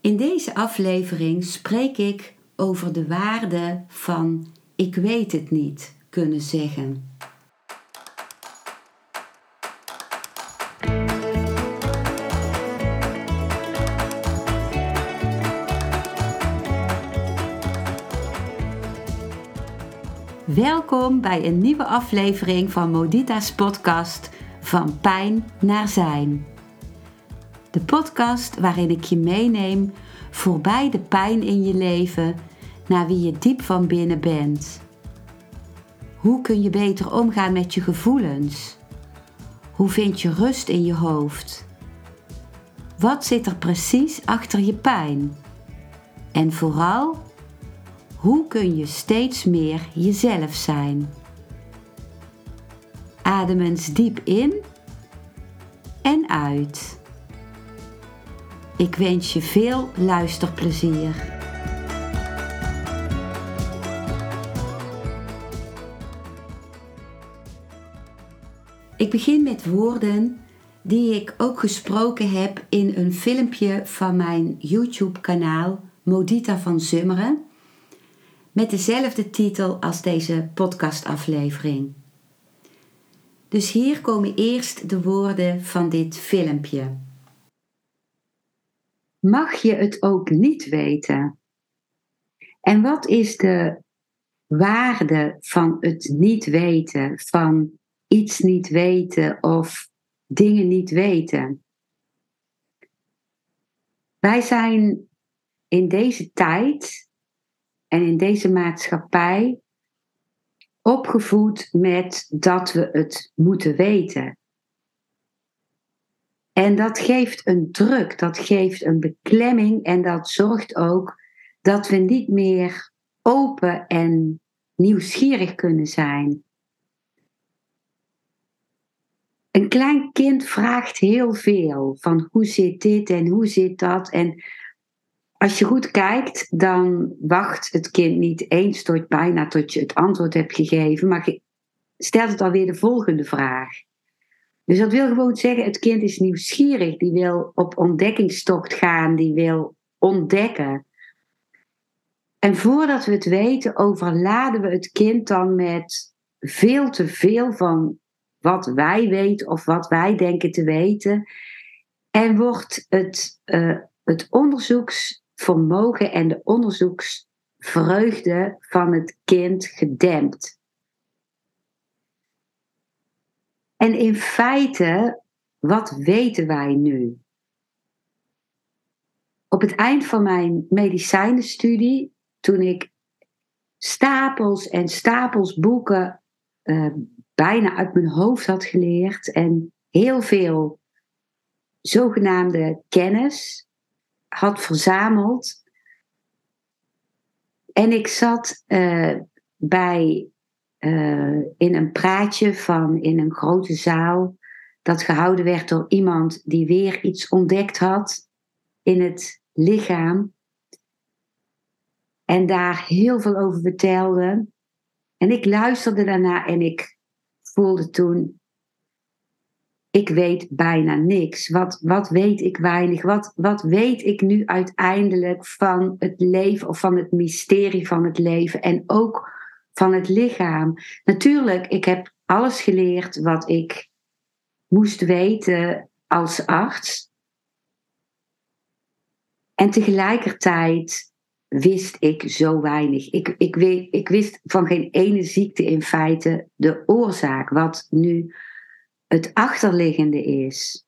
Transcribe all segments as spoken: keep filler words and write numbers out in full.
In deze aflevering spreek ik over de waarde van ik weet het niet kunnen zeggen. Welkom bij een nieuwe aflevering van Modita's podcast Van Pijn naar Zijn. De podcast waarin ik je meeneem voorbij de pijn in je leven naar wie je diep van binnen bent. Hoe kun je beter omgaan met je gevoelens? Hoe vind je rust in je hoofd? Wat zit er precies achter je pijn? En vooral, hoe kun je steeds meer jezelf zijn? Adem eens diep in en uit. Ik wens je veel luisterplezier. Ik begin met woorden die ik ook gesproken heb in een filmpje van mijn YouTube-kanaal Modita van Zummeren, met dezelfde titel als deze podcastaflevering. Dus hier komen eerst de woorden van dit filmpje. Mag je het ook niet weten? En wat is de waarde van het niet weten, van iets niet weten of dingen niet weten? Wij zijn in deze tijd en in deze maatschappij opgevoed met dat we het moeten weten. En dat geeft een druk, dat geeft een beklemming en dat zorgt ook dat we niet meer open en nieuwsgierig kunnen zijn. Een klein kind vraagt heel veel van hoe zit dit en hoe zit dat. En als je goed kijkt, dan wacht het kind niet eens tot bijna tot je het antwoord hebt gegeven, maar stelt het alweer de volgende vraag. Dus dat wil gewoon zeggen, het kind is nieuwsgierig, die wil op ontdekkingstocht gaan, die wil ontdekken. En voordat we het weten, overladen we het kind dan met veel te veel van wat wij weten of wat wij denken te weten. En wordt het, uh, het onderzoeksvermogen en de onderzoeksvreugde van het kind gedempt. En in feite, wat weten wij nu? Op het eind van mijn medicijnenstudie, toen ik stapels en stapels boeken uh, bijna uit mijn hoofd had geleerd en heel veel zogenaamde kennis had verzameld. En ik zat uh, bij... Uh, in een praatje van in een grote zaal dat gehouden werd door iemand die weer iets ontdekt had in het lichaam en daar heel veel over vertelde. En ik luisterde daarna en ik voelde toen, ik weet bijna niks. Wat, wat weet ik weinig? Wat, wat weet ik nu uiteindelijk van het leven of van het mysterie van het leven en ook van het lichaam? Natuurlijk, ik heb alles geleerd wat ik moest weten als arts. En tegelijkertijd wist ik zo weinig. Ik, ik, weet, ik wist van geen ene ziekte in feite de oorzaak, wat nu het achterliggende is.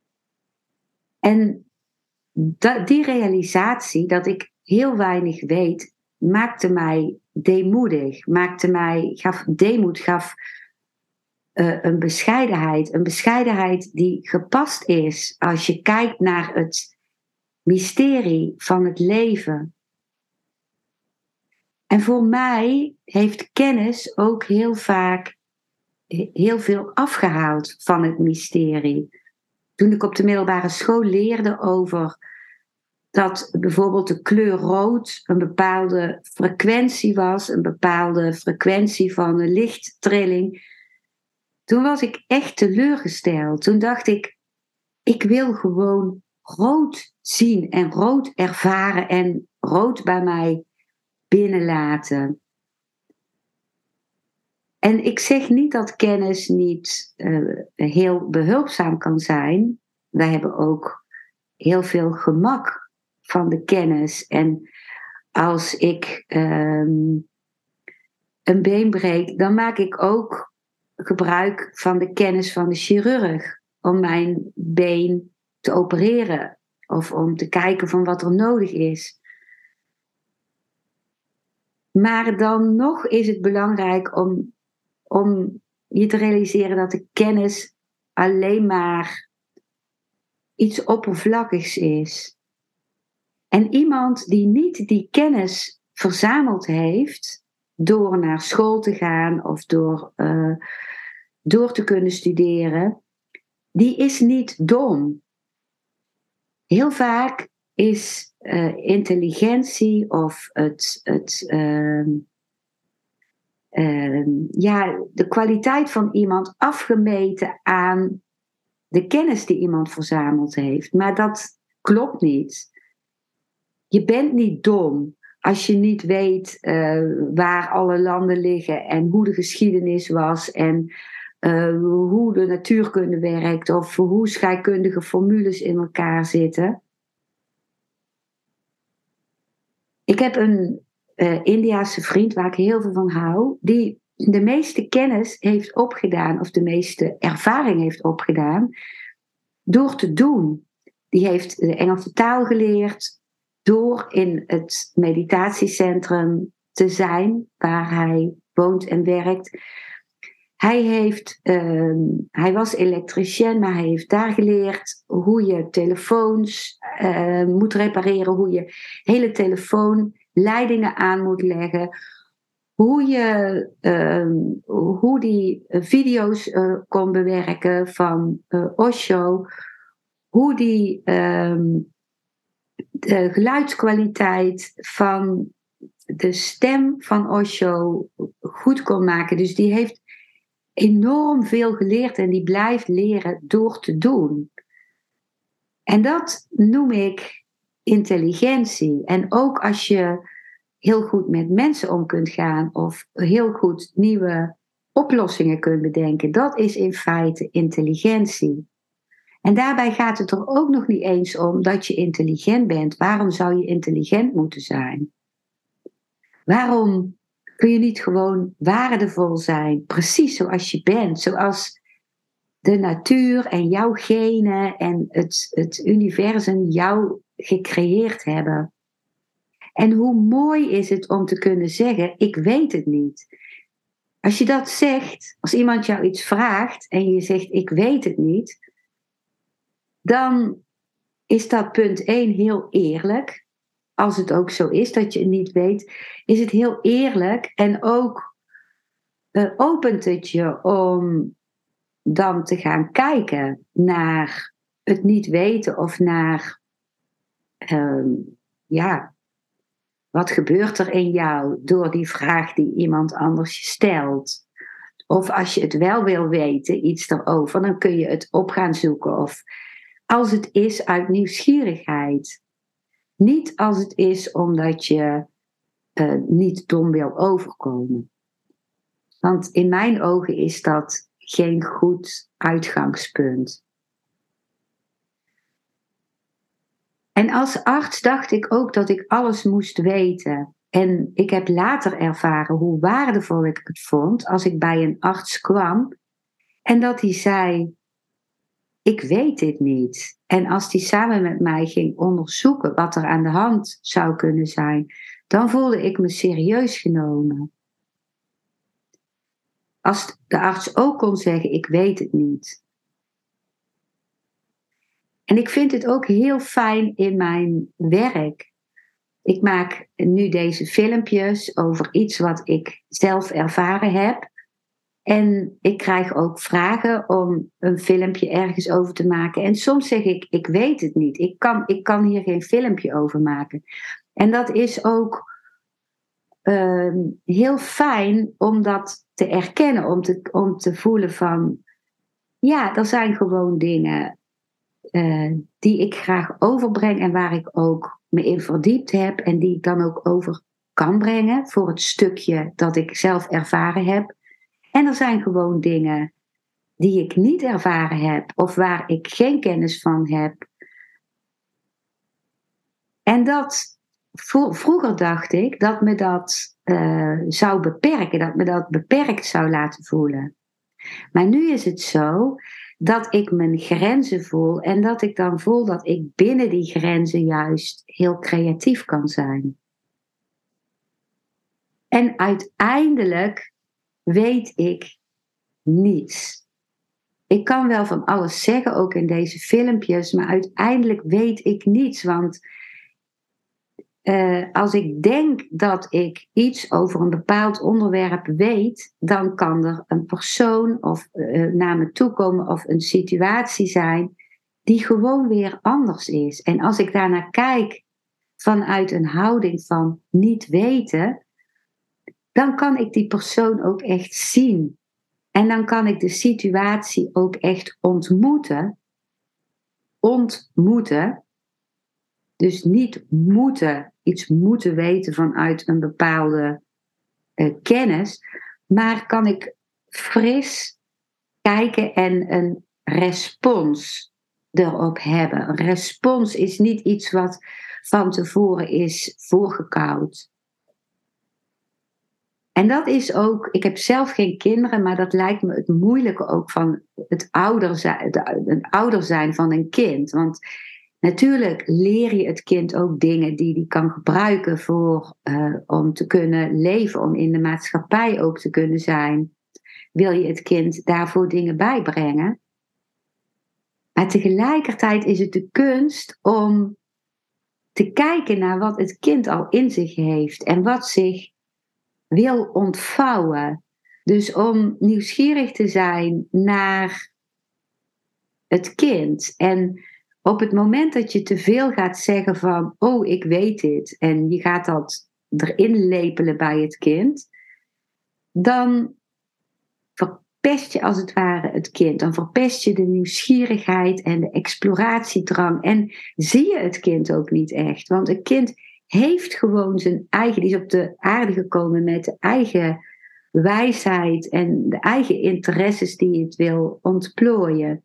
En dat, die realisatie dat ik heel weinig weet, maakte mij deemoedig, maakte mij, gaf deemoed, gaf uh, een bescheidenheid. Een bescheidenheid die gepast is als je kijkt naar het mysterie van het leven. En voor mij heeft kennis ook heel vaak heel veel afgehaald van het mysterie. Toen ik op de middelbare school leerde over dat bijvoorbeeld de kleur rood een bepaalde frequentie was, een bepaalde frequentie van een lichttrilling, toen was ik echt teleurgesteld. Toen dacht ik, ik wil gewoon rood zien en rood ervaren en rood bij mij binnenlaten. En ik zeg niet dat kennis niet uh, heel behulpzaam kan zijn. Wij hebben ook heel veel gemak van de kennis. En als ik um, een been breek, dan maak ik ook gebruik van de kennis van de chirurg om mijn been te opereren of om te kijken van wat er nodig is. Maar dan nog is het belangrijk om, om je te realiseren dat de kennis alleen maar iets oppervlakkigs is. En iemand die niet die kennis verzameld heeft door naar school te gaan of door, uh, door te kunnen studeren, die is niet dom. Heel vaak is uh, intelligentie of het, het, uh, uh, ja, de kwaliteit van iemand afgemeten aan de kennis die iemand verzameld heeft. Maar dat klopt niet. Je bent niet dom als je niet weet uh, waar alle landen liggen en hoe de geschiedenis was en uh, hoe de natuurkunde werkt of hoe scheikundige formules in elkaar zitten. Ik heb een uh, Indiase vriend waar ik heel veel van hou, die de meeste kennis heeft opgedaan of de meeste ervaring heeft opgedaan door te doen. Die heeft de Engelse taal geleerd door in het meditatiecentrum te zijn waar hij woont en werkt. Hij, heeft, uh, hij was elektricien, maar hij heeft daar geleerd hoe je telefoons uh, moet repareren, hoe je hele telefoonleidingen aan moet leggen, hoe je uh, hoe die video's uh, kon bewerken van uh, Osho, hoe die uh, de geluidskwaliteit van de stem van Osho goed kon maken. Dus die heeft enorm veel geleerd en die blijft leren door te doen. En dat noem ik intelligentie. En ook als je heel goed met mensen om kunt gaan of heel goed nieuwe oplossingen kunt bedenken, dat is in feite intelligentie. En daarbij gaat het er ook nog niet eens om dat je intelligent bent. Waarom zou je intelligent moeten zijn? Waarom kun je niet gewoon waardevol zijn, precies zoals je bent, zoals de natuur en jouw genen en het, het universum jou gecreëerd hebben? En hoe mooi is het om te kunnen zeggen, ik weet het niet. Als je dat zegt, als iemand jou iets vraagt en je zegt, ik weet het niet, dan is dat punt één heel eerlijk. Als het ook zo is dat je het niet weet, is het heel eerlijk. En ook uh, opent het je om dan te gaan kijken naar het niet weten of naar, uh, ja, wat gebeurt er in jou door die vraag die iemand anders je stelt. Of als je het wel wil weten, iets erover, dan kun je het op gaan zoeken. Of als het is uit nieuwsgierigheid. Niet als het is omdat je uh, niet dom wil overkomen. Want in mijn ogen is dat geen goed uitgangspunt. En als arts dacht ik ook dat ik alles moest weten. En ik heb later ervaren hoe waardevol ik het vond als ik bij een arts kwam en dat hij zei, ik weet dit niet. En als die samen met mij ging onderzoeken wat er aan de hand zou kunnen zijn, dan voelde ik me serieus genomen. Als de arts ook kon zeggen, ik weet het niet. En ik vind het ook heel fijn in mijn werk. Ik maak nu deze filmpjes over iets wat ik zelf ervaren heb. En ik krijg ook vragen om een filmpje ergens over te maken. En soms zeg ik, ik weet het niet. Ik kan, ik kan hier geen filmpje over maken. En dat is ook uh, heel fijn om dat te erkennen. Om te, om te voelen van, ja, er zijn gewoon dingen uh, die ik graag overbreng en waar ik ook me in verdiept heb en die ik dan ook over kan brengen voor het stukje dat ik zelf ervaren heb. En er zijn gewoon dingen die ik niet ervaren heb of waar ik geen kennis van heb. En dat, vroeger dacht ik dat me dat uh, zou beperken, dat me dat beperkt zou laten voelen. Maar nu is het zo dat ik mijn grenzen voel en dat ik dan voel dat ik binnen die grenzen juist heel creatief kan zijn. En uiteindelijk weet ik niets. Ik kan wel van alles zeggen, ook in deze filmpjes, maar uiteindelijk weet ik niets. Want uh, als ik denk dat ik iets over een bepaald onderwerp weet, dan kan er een persoon of uh, naar me toe komen of een situatie zijn die gewoon weer anders is. En als ik daarnaar kijk vanuit een houding van niet weten, dan kan ik die persoon ook echt zien. En dan kan ik de situatie ook echt ontmoeten. Ontmoeten. Dus niet moeten, iets moeten weten vanuit een bepaalde uh, kennis. Maar kan ik fris kijken en een respons erop hebben. Een respons is niet iets wat van tevoren is voorgekoud. En dat is ook, ik heb zelf geen kinderen, maar dat lijkt me het moeilijke ook van het ouder zijn, het ouder zijn van een kind. Want natuurlijk leer je het kind ook dingen die die kan gebruiken voor, uh, om te kunnen leven, om in de maatschappij ook te kunnen zijn. Wil je het kind daarvoor dingen bijbrengen? Maar tegelijkertijd is het de kunst om te kijken naar wat het kind al in zich heeft en wat zich wil ontvouwen. Dus om nieuwsgierig te zijn naar het kind. En op het moment dat je te veel gaat zeggen van, oh, ik weet dit, en je gaat dat erin lepelen bij het kind, dan verpest je als het ware het kind. Dan verpest je de nieuwsgierigheid en de exploratiedrang. En zie je het kind ook niet echt. Want het kind heeft gewoon zijn eigen, die is op de aarde gekomen met de eigen wijsheid en de eigen interesses die het wil ontplooien.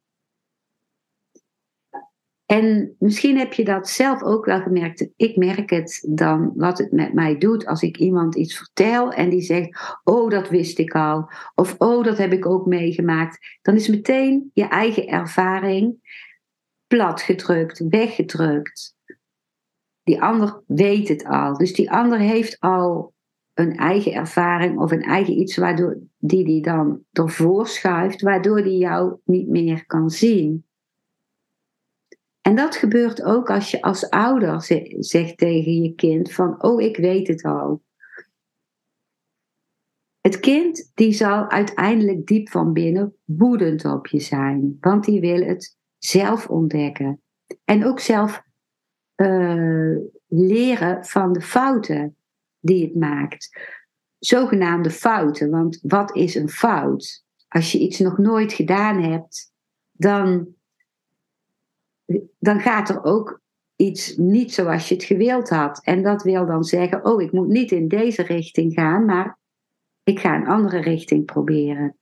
En misschien heb je dat zelf ook wel gemerkt. Ik merk het dan wat het met mij doet als ik iemand iets vertel en die zegt, oh, dat wist ik al. Of oh, dat heb ik ook meegemaakt. Dan is meteen je eigen ervaring platgedrukt, weggedrukt. Die ander weet het al. Dus die ander heeft al een eigen ervaring of een eigen iets waardoor die die dan ervoor schuift, waardoor die jou niet meer kan zien. En dat gebeurt ook als je als ouder zegt tegen je kind van, oh, ik weet het al. Het kind die zal uiteindelijk diep van binnen woedend op je zijn, want die wil het zelf ontdekken. En ook zelf uh, leren van de fouten die het maakt. Zogenaamde fouten, want wat is een fout? Als je iets nog nooit gedaan hebt, dan, dan gaat er ook iets niet zoals je het gewild had. En dat wil dan zeggen, oh, ik moet niet in deze richting gaan, maar ik ga een andere richting proberen.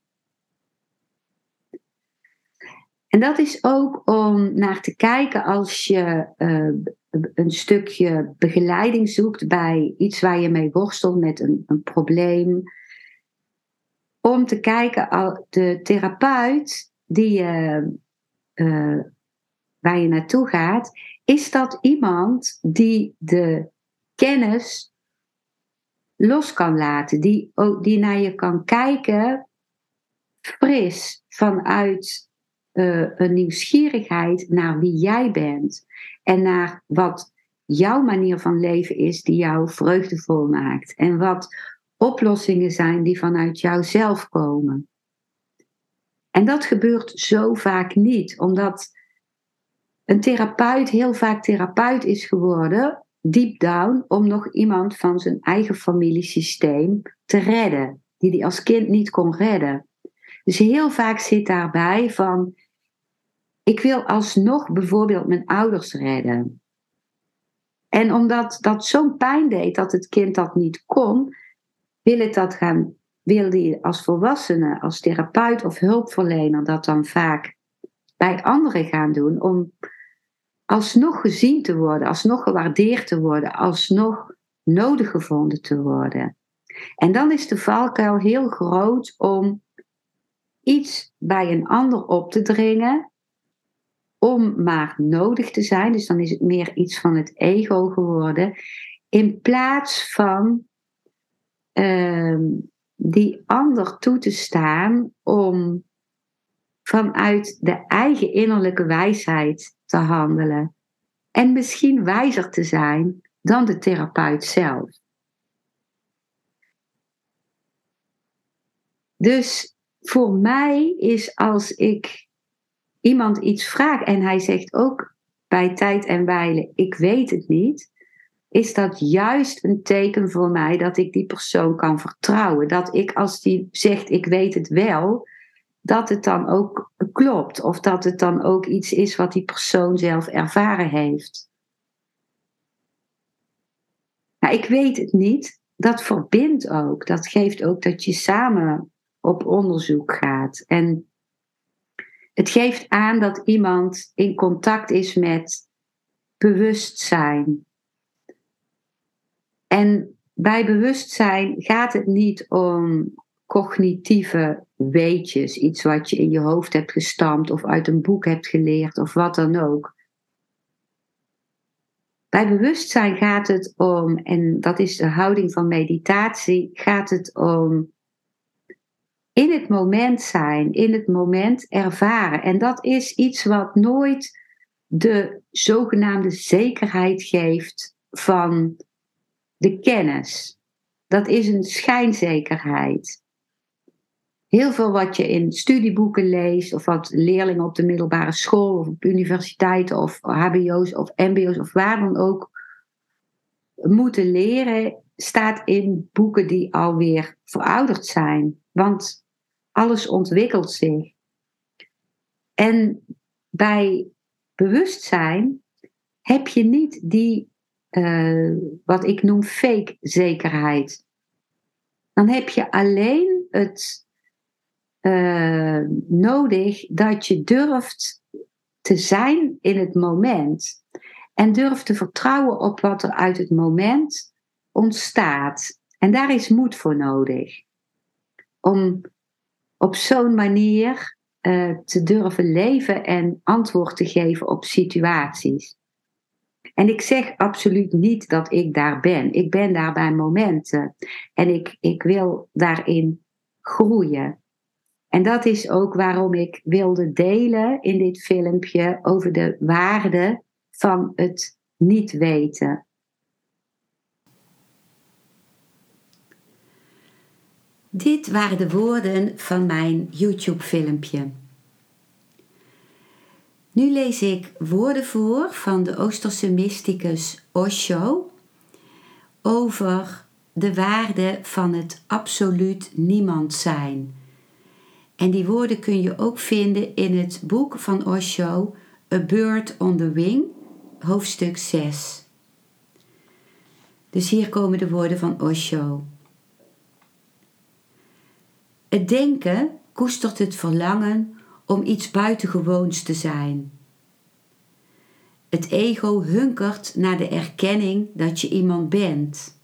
En dat is ook om naar te kijken als je uh, een stukje begeleiding zoekt bij iets waar je mee worstelt met een, een probleem. Om te kijken, de therapeut die je, uh, waar je naartoe gaat, is dat iemand die de kennis los kan laten, die, die naar je kan kijken fris vanuit uh, een nieuwsgierigheid naar wie jij bent en naar wat jouw manier van leven is die jou vreugdevol maakt en wat oplossingen zijn die vanuit jouzelf komen. En dat gebeurt zo vaak niet, omdat een therapeut heel vaak therapeut is geworden, deep down, om nog iemand van zijn eigen familiesysteem te redden, die hij als kind niet kon redden. Dus heel vaak zit daarbij van, ik wil alsnog bijvoorbeeld mijn ouders redden. En omdat dat zo'n pijn deed dat het kind dat niet kon, wil het dat gaan, wil die als volwassene, als therapeut of hulpverlener dat dan vaak bij anderen gaan doen, om alsnog gezien te worden, alsnog gewaardeerd te worden, alsnog nodig gevonden te worden. En dan is de valkuil heel groot om iets bij een ander op te dringen, om maar nodig te zijn. Dus dan is het meer iets van het ego geworden, in plaats van uh, die ander toe te staan om vanuit de eigen innerlijke wijsheid te handelen. En misschien wijzer te zijn dan de therapeut zelf. Dus voor mij is als ik iemand iets vraag en hij zegt ook bij tijd en wijle, ik weet het niet, is dat juist een teken voor mij dat ik die persoon kan vertrouwen. Dat ik als die zegt, ik weet het wel, dat het dan ook klopt. Of dat het dan ook iets is wat die persoon zelf ervaren heeft. Nou, ik weet het niet. Dat verbindt ook. Dat geeft ook dat je samen op onderzoek gaat. En het geeft aan dat iemand in contact is met bewustzijn. En bij bewustzijn gaat het niet om cognitieve weetjes, iets wat je in je hoofd hebt gestampt of uit een boek hebt geleerd of wat dan ook. Bij bewustzijn gaat het om, en dat is de houding van meditatie, gaat het om in het moment zijn, in het moment ervaren. En dat is iets wat nooit de zogenaamde zekerheid geeft van de kennis. Dat is een schijnzekerheid. Heel veel wat je in studieboeken leest, of wat leerlingen op de middelbare school, of op universiteiten, of H B O's, of M B O's, of waar dan ook moeten leren, staat in boeken die alweer verouderd zijn. Want alles ontwikkelt zich. En bij bewustzijn heb je niet die, uh, wat ik noem fake zekerheid. Dan heb je alleen het uh, nodig dat je durft te zijn in het moment. En durft te vertrouwen op wat er uit het moment ontstaat. En daar is moed voor nodig. Om op zo'n manier uh, te durven leven en antwoord te geven op situaties. En ik zeg absoluut niet dat ik daar ben. Ik ben daar bij momenten. En ik, ik wil daarin groeien. En dat is ook waarom ik wilde delen in dit filmpje over de waarde van het niet weten. Dit waren de woorden van mijn YouTube-filmpje. Nu lees ik woorden voor van de Oosterse mysticus Osho over de waarde van het absoluut niemand zijn. En die woorden kun je ook vinden in het boek van Osho, A Bird on the Wing, hoofdstuk zes. Dus hier komen de woorden van Osho. Het denken koestert het verlangen om iets buitengewoons te zijn. Het ego hunkert naar de erkenning dat je iemand bent.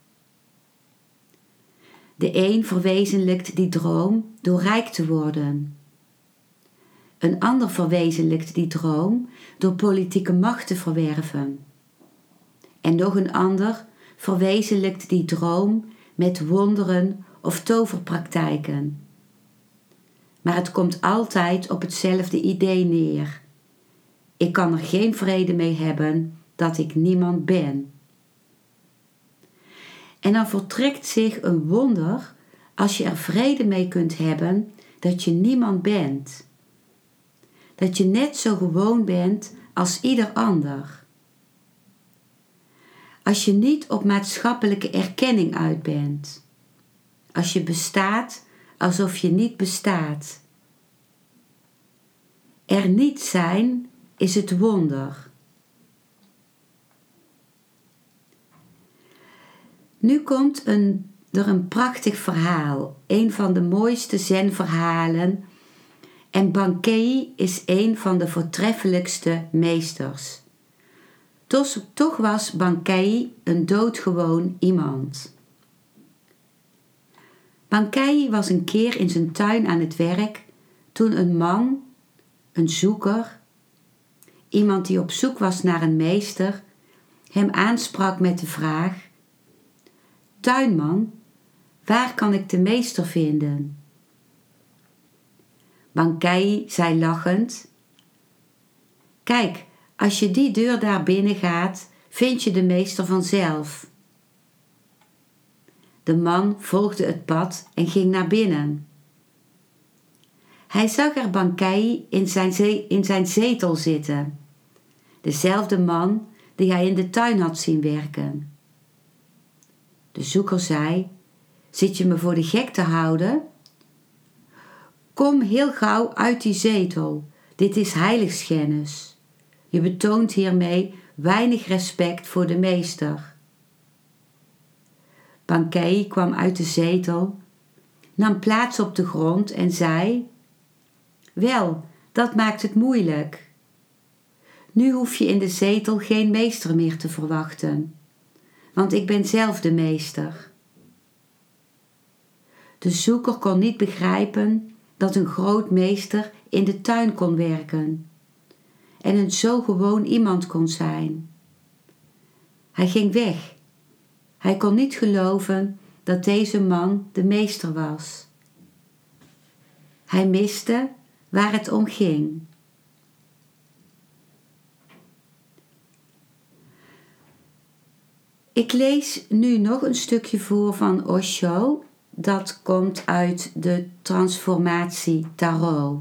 De een verwezenlijkt die droom door rijk te worden. Een ander verwezenlijkt die droom door politieke macht te verwerven. En nog een ander verwezenlijkt die droom met wonderen of toverpraktijken. Maar het komt altijd op hetzelfde idee neer. Ik kan er geen vrede mee hebben dat ik niemand ben. En dan voltrekt zich een wonder als je er vrede mee kunt hebben dat je niemand bent. Dat je net zo gewoon bent als ieder ander. Als je niet op maatschappelijke erkenning uit bent. Als je bestaat alsof je niet bestaat. Er niet zijn is het wonder. Nu komt een, er een prachtig verhaal, een van de mooiste zen-verhalen. En Bankei is een van de voortreffelijkste meesters. Toch, toch was Bankei een doodgewoon iemand. Bankei was een keer in zijn tuin aan het werk toen een man, een zoeker, iemand die op zoek was naar een meester, hem aansprak met de vraag: tuinman, waar kan ik de meester vinden? Bankei zei lachend: kijk, als je die deur daar binnen gaat, vind je de meester vanzelf. De man volgde het pad en ging naar binnen. Hij zag er Bankei in zijn, ze- in zijn zetel zitten. Dezelfde man die hij in de tuin had zien werken. De zoeker zei: zit je me voor de gek te houden? Kom heel gauw uit die zetel. Dit is heiligschennis. Je betoont hiermee weinig respect voor de meester. Bankei kwam uit de zetel, nam plaats op de grond en zei: wel, dat maakt het moeilijk. Nu hoef je in de zetel geen meester meer te verwachten, want ik ben zelf de meester. De zoeker kon niet begrijpen dat een groot meester in de tuin kon werken en een zo gewoon iemand kon zijn. Hij ging weg. Hij kon niet geloven dat deze man de meester was. Hij miste waar het om ging. Ik lees nu nog een stukje voor van Osho. Dat komt uit de Transformatie Tarot.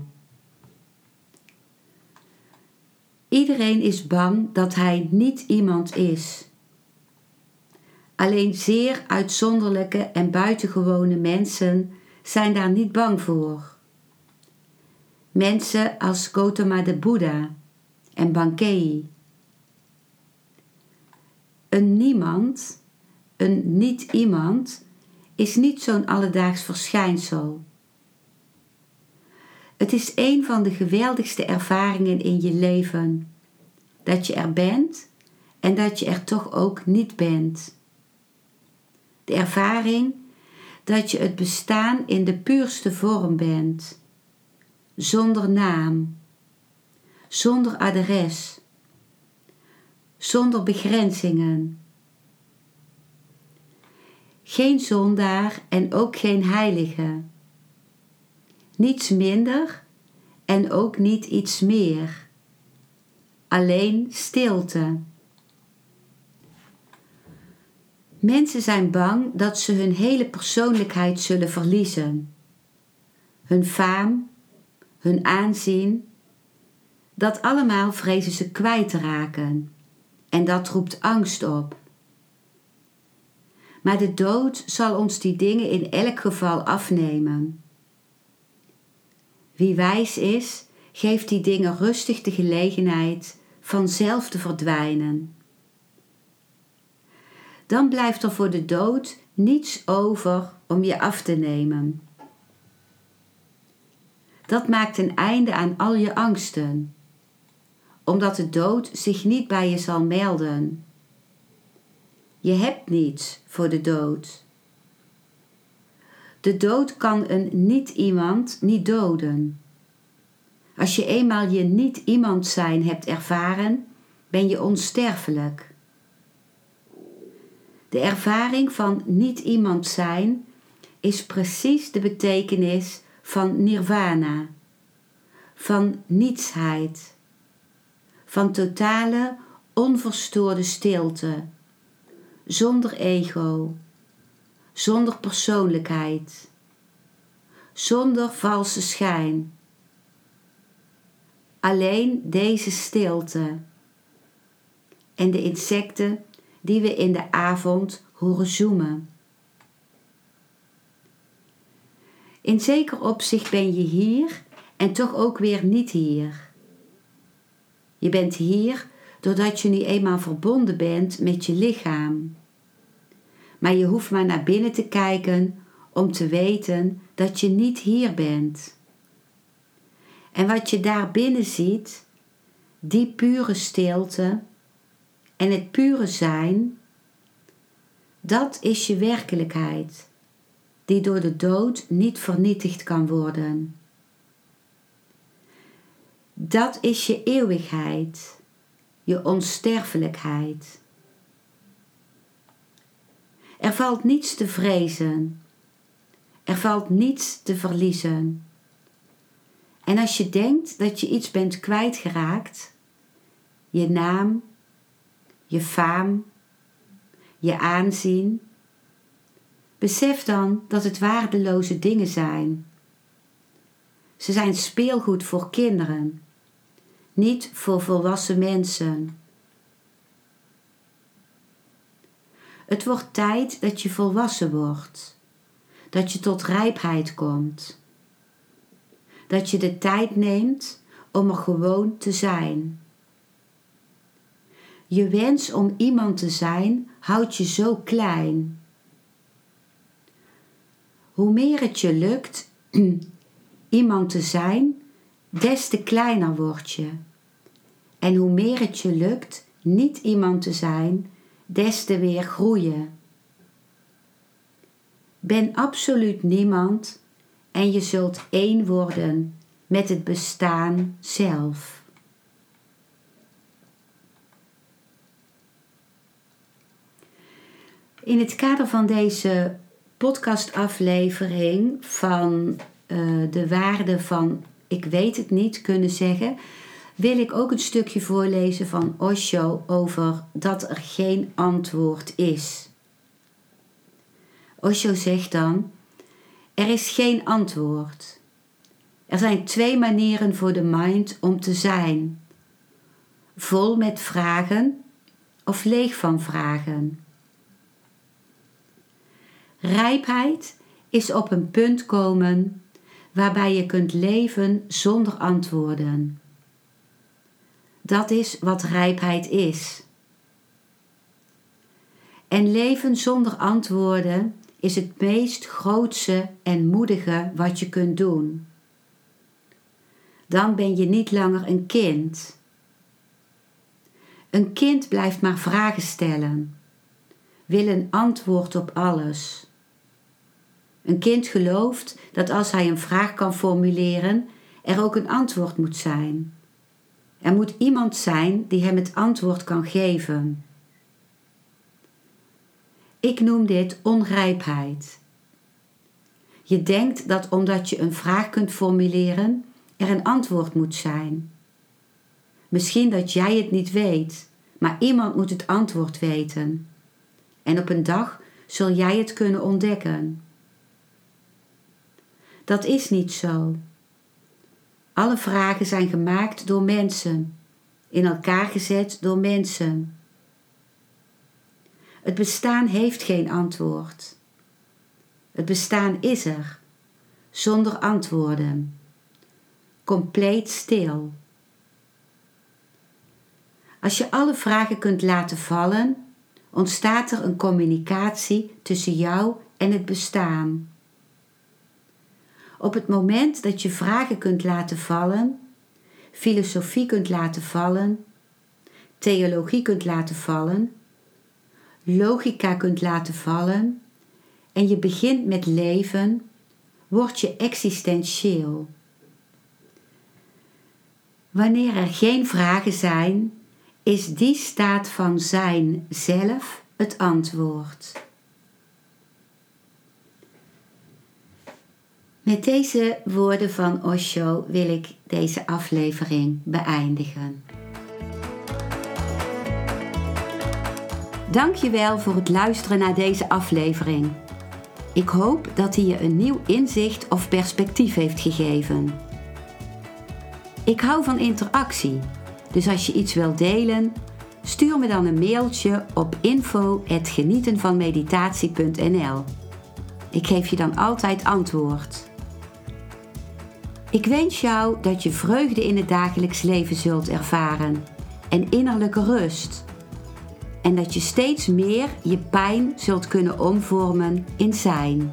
Iedereen is bang dat hij niet iemand is. Alleen zeer uitzonderlijke en buitengewone mensen zijn daar niet bang voor. Mensen als Gautama de Boeddha en Bankei. Een niemand, een niet-iemand, is niet zo'n alledaags verschijnsel. Het is een van de geweldigste ervaringen in je leven. Dat je er bent en dat je er toch ook niet bent. De ervaring dat je het bestaan in de puurste vorm bent. Zonder naam, zonder adres, zonder begrenzingen. Geen zondaar en ook geen heilige. Niets minder en ook niet iets meer. Alleen stilte. Mensen zijn bang dat ze hun hele persoonlijkheid zullen verliezen. Hun faam, hun aanzien, dat allemaal vrezen ze kwijt te raken. En dat roept angst op. Maar de dood zal ons die dingen in elk geval afnemen. Wie wijs is, geeft die dingen rustig de gelegenheid vanzelf te verdwijnen. Dan blijft er voor de dood niets over om je af te nemen. Dat maakt een einde aan al je angsten, omdat de dood zich niet bij je zal melden. Je hebt niets voor de dood. De dood kan een niet-iemand niet doden. Als je eenmaal je niet-iemand zijn hebt ervaren, ben je onsterfelijk. De ervaring van niet-iemand zijn is precies de betekenis van nirvana, van nietsheid, van totale, onverstoorde stilte, zonder ego, zonder persoonlijkheid, zonder valse schijn. Alleen deze stilte en de insecten die we in de avond horen zoemen. In zeker opzicht ben je hier en toch ook weer niet hier. Je bent hier doordat je nu eenmaal verbonden bent met je lichaam. Maar je hoeft maar naar binnen te kijken om te weten dat je niet hier bent. En wat je daar binnen ziet, die pure stilte en het pure zijn, dat is je werkelijkheid, die door de dood niet vernietigd kan worden. Dat is je eeuwigheid, je onsterfelijkheid. Er valt niets te vrezen, er valt niets te verliezen. En als je denkt dat je iets bent kwijtgeraakt, je naam, je faam, je aanzien, besef dan dat het waardeloze dingen zijn. Ze zijn speelgoed voor kinderen, niet voor volwassen mensen. Het wordt tijd dat je volwassen wordt, dat je tot rijpheid komt, dat je de tijd neemt om er gewoon te zijn. Je wens om iemand te zijn houdt je zo klein. Hoe meer het je lukt iemand te zijn, des te kleiner word je. En hoe meer het je lukt niet iemand te zijn, des te weer groeien. Ben absoluut niemand en je zult één worden met het bestaan zelf. In het kader van deze podcastaflevering van uh, de waarde van ik weet het niet kunnen zeggen, wil ik ook een stukje voorlezen van Osho over dat er geen antwoord is. Osho zegt dan: er is geen antwoord. Er zijn twee manieren voor de mind om te zijn: vol met vragen of leeg van vragen. Rijpheid is op een punt komen waarbij je kunt leven zonder antwoorden. Dat is wat rijpheid is. En leven zonder antwoorden is het meest grootse en moedige wat je kunt doen. Dan ben je niet langer een kind. Een kind blijft maar vragen stellen, wil een antwoord op alles. Een kind gelooft dat als hij een vraag kan formuleren, er ook een antwoord moet zijn. Er moet iemand zijn die hem het antwoord kan geven. Ik noem dit onrijpheid. Je denkt dat omdat je een vraag kunt formuleren, er een antwoord moet zijn. Misschien dat jij het niet weet, maar iemand moet het antwoord weten. En op een dag zul jij het kunnen ontdekken. Dat is niet zo. Alle vragen zijn gemaakt door mensen, in elkaar gezet door mensen. Het bestaan heeft geen antwoord. Het bestaan is er, zonder antwoorden, compleet stil. Als je alle vragen kunt laten vallen, ontstaat er een communicatie tussen jou en het bestaan. Op het moment dat je vragen kunt laten vallen, filosofie kunt laten vallen, theologie kunt laten vallen, logica kunt laten vallen en je begint met leven, word je existentieel. Wanneer er geen vragen zijn, is die staat van zijn zelf het antwoord. Met deze woorden van Osho wil ik deze aflevering beëindigen. Dankjewel voor het luisteren naar deze aflevering. Ik hoop dat hij je een nieuw inzicht of perspectief heeft gegeven. Ik hou van interactie, dus als je iets wilt delen, stuur me dan een mailtje op info at genietenvanmeditatie punt n l. Ik geef je dan altijd antwoord. Ik wens jou dat je vreugde in het dagelijks leven zult ervaren en innerlijke rust. En dat je steeds meer je pijn zult kunnen omvormen in zijn.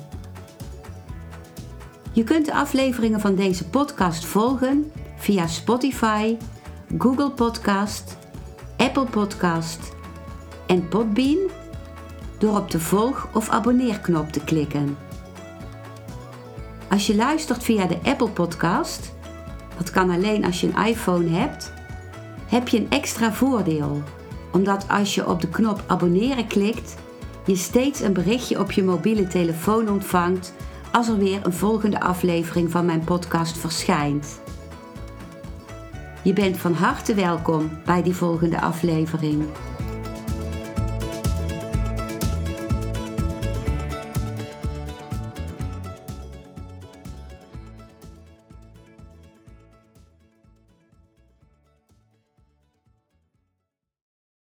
Je kunt de afleveringen van deze podcast volgen via Spotify, Google Podcast, Apple Podcast en Podbean door op de volg- of abonneerknop te klikken. Als je luistert via de Apple Podcast, dat kan alleen als je een iPhone hebt, heb je een extra voordeel. Omdat als je op de knop abonneren klikt, je steeds een berichtje op je mobiele telefoon ontvangt als er weer een volgende aflevering van mijn podcast verschijnt. Je bent van harte welkom bij die volgende aflevering.